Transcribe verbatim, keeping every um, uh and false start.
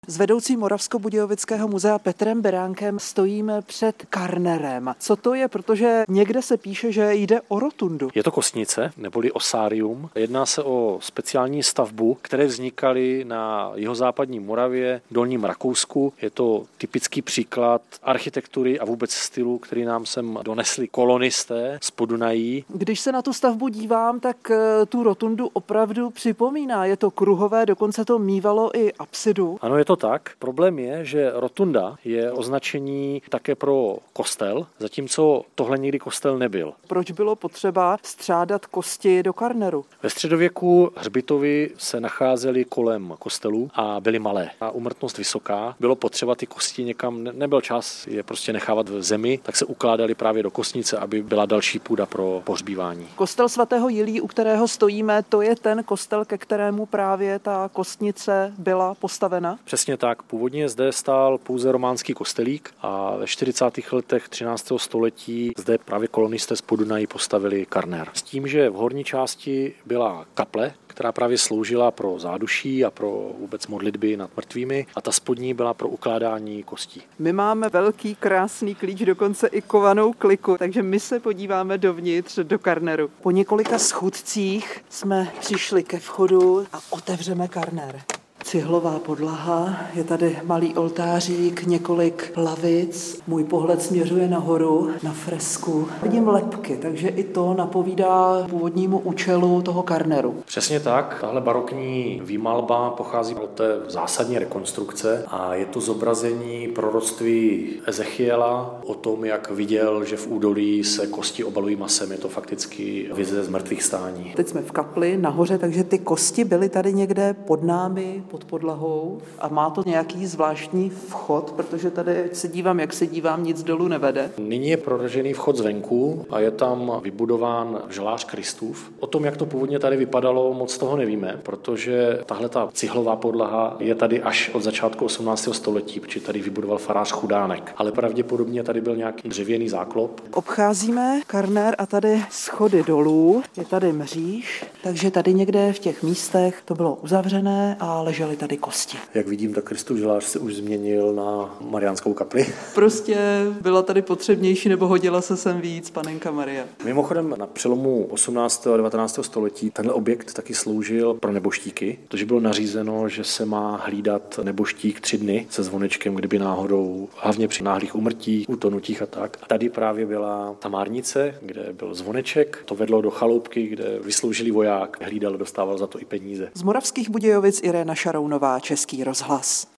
S vedoucím Moravskobudějovického muzea Petrem Beránkem stojíme před Karnerem. Co to je, protože někde se píše, že jde o rotundu. Je to kostnice, neboli osárium. Jedná se o speciální stavbu, které vznikaly na jihozápadní Moravě, Dolním Rakousku. Je to typický příklad architektury a vůbec stylu, který nám sem donesli kolonisté z Podunají. Když se na tu stavbu dívám, tak tu rotundu opravdu připomíná. Je to kruhové, dokonce to mívalo i apsidu. Ano, je to tak. Problém je, že rotunda je označení také pro kostel, zatímco tohle nikdy kostel nebyl. Proč bylo potřeba střádat kosti do Karneru? Ve středověku hřbitovy se nacházely kolem kostelů a byly malé. A úmrtnost vysoká. Bylo potřeba ty kosti někam, nebyl čas je prostě nechávat v zemi, tak se ukládaly právě do kostnice, aby byla další půda pro pohřbívání. Kostel svatého Jilí, u kterého stojíme, to je ten kostel, ke kterému právě ta kostnice byla postavena? Přesně tak. Původně zde stál pouze románský kostelík a ve čtyřicátých letech třináctého století zde právě kolonisté z Podunají postavili Karner. S tím, že v horní části byla kaple, která právě sloužila pro záduší a pro vůbec modlitby nad mrtvými, a ta spodní byla pro ukládání kostí. My máme velký, krásný klíč, dokonce i kovanou kliku, takže my se podíváme dovnitř do Karneru. Po několika schůdcích jsme přišli ke vchodu a otevřeme Karner. Cihlová podlaha, je tady malý oltářík, několik lavic. Můj pohled směřuje nahoru na fresku. Vidím lebky, takže i to napovídá původnímu účelu toho Karneru. Přesně tak. Tahle barokní výmalba pochází od té zásadní rekonstrukce a je to zobrazení proroctví Ezechiela o tom, jak viděl, že v údolí se kosti obalují masem. Je to fakticky vize z mrtvých stání. Teď jsme v kapli nahoře, takže ty kosti byly tady někde pod námi, pod podlahou, a má to nějaký zvláštní vchod, protože tady se dívám, jak se dívám, nic dolů nevede. Nyní je proražený vchod zvenku a je tam vybudován žalář Kristův. O tom, jak to původně tady vypadalo, moc toho nevíme, protože tahle ta cihlová podlaha je tady až od začátku osmnáctého století, protože tady vybudoval farář Chudánek, ale pravděpodobně tady byl nějaký dřevěný záklop. Obcházíme Karner a tady schody dolů, je tady mříž, takže tady někde v těch místech to bylo uzavřené a ležely tady kosti. Jak vidím, tak Kristův žalář se už změnil na mariánskou kapli. Prostě byla tady potřebnější nebo hodila se sem víc panenka Maria. Mimochodem na přelomu osmnáctého a devatenáctého století tenhle objekt taky sloužil pro neboštíky, protože bylo nařízeno, že se má hlídat neboštík tři dny se zvonečkem, kdyby náhodou, hlavně při náhlých úmrtích, utonutích a tak. A tady právě byla ta márnice, kde byl zvoneček, to vedlo do chaloupky, kde vysloužilý voják hlídal, dostával za to i peníze. Z Moravských Budějovic Irena Šarounová, Český rozhlas.